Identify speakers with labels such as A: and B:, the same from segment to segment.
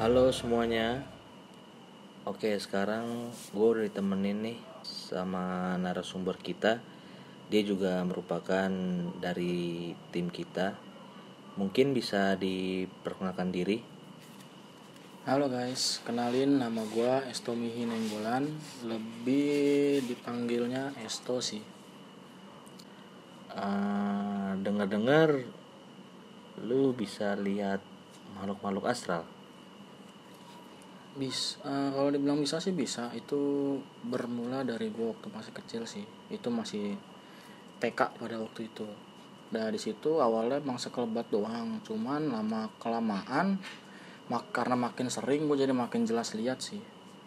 A: Halo semuanya. Oke, sekarang gue udah ditemenin nih sama narasumber kita. Dia juga merupakan dari tim kita. Mungkin bisa diperkenalkan diri.
B: Halo guys, kenalin nama gue Esto Mihi Nenggolan. Lebih dipanggilnya Esto sih.
A: Dengar-dengar lu bisa lihat makhluk-makhluk astral.
B: Kalau dibilang bisa sih bisa. Itu bermula dari gue waktu masih kecil sih. Itu masih TK pada waktu itu. Nah di situ awalnya emang sekelebat doang. Cuman lama kelamaan karena makin sering gue jadi makin jelas lihat sih.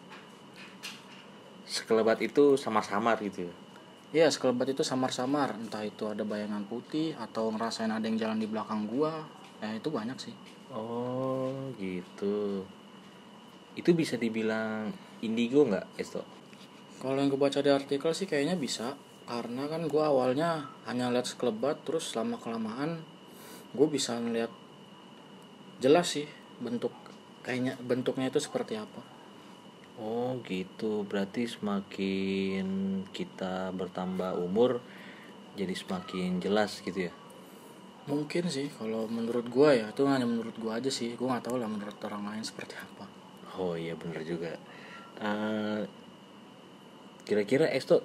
A: Sekelebat itu samar-samar gitu ya.
B: Iya, sekelebat itu samar-samar, entah itu ada bayangan putih atau ngerasain ada yang jalan di belakang gua. Itu banyak sih.
A: Oh gitu. Itu bisa dibilang indigo nggak, Esto?
B: Kalau yang gue baca di artikel sih kayaknya bisa, karena kan gua awalnya hanya lihat sekelebat, terus lama kelamaan gue bisa ngeliat jelas sih bentuknya itu seperti apa.
A: Oh gitu, berarti semakin kita bertambah umur jadi semakin jelas gitu ya.
B: Mungkin sih kalau menurut gua ya, itu hanya menurut gua aja sih. Gua nggak tahu lah menurut orang lain seperti apa.
A: Oh iya bener juga. Eh, Kira-kira Esto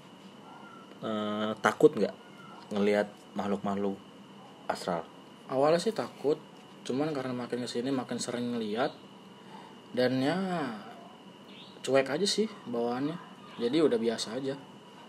A: takut nggak ngelihat makhluk-makhluk astral?
B: Awalnya sih takut, cuman karena makin kesini makin sering ngeliat, dan ya cuek aja sih bawaannya, jadi udah biasa aja.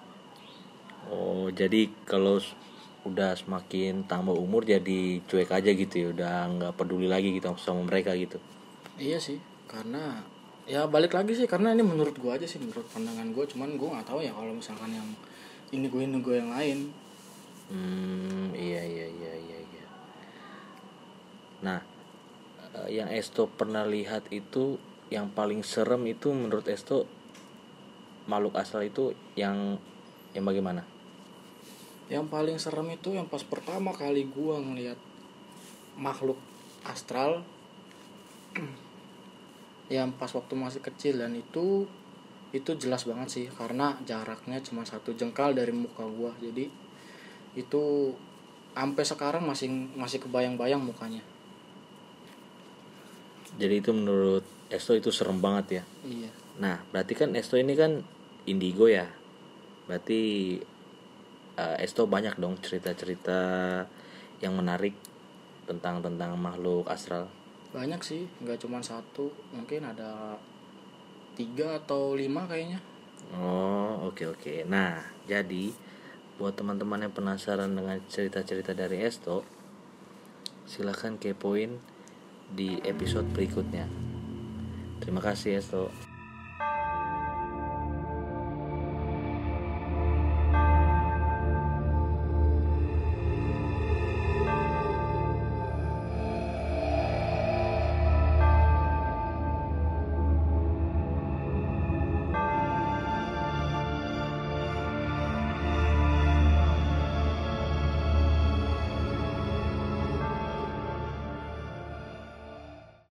A: Oh jadi kalau udah semakin tambah umur jadi cuek aja gitu ya, udah nggak peduli lagi gitu sama mereka gitu.
B: Iya sih, karena ya balik lagi sih, karena ini menurut gue aja sih, menurut pandangan gue. Cuman gue nggak tahu ya kalau misalkan yang ini gue yang lain.
A: Iya iya iya iya iya. Nah, yang Esto pernah lihat itu yang paling serem itu menurut Esto makhluk astral itu yang bagaimana?
B: Yang paling serem itu yang pas pertama kali gue ngelihat makhluk astral, yang pas waktu masih kecil, dan itu jelas banget sih karena jaraknya cuma 1 jengkal dari muka gue. Jadi itu sampai sekarang masih kebayang-bayang mukanya.
A: Jadi itu menurut Esto itu serem banget ya.
B: Iya.
A: Nah, berarti kan Esto ini kan indigo ya. Berarti Esto banyak dong cerita-cerita yang menarik tentang makhluk astral.
B: Banyak sih, nggak cuma satu, mungkin ada 3 atau 5 kayaknya.
A: Oh, oke oke. Nah, jadi buat teman-teman yang penasaran dengan cerita-cerita dari Esto, silahkan kepoin di episode berikutnya. Terima kasih Esto.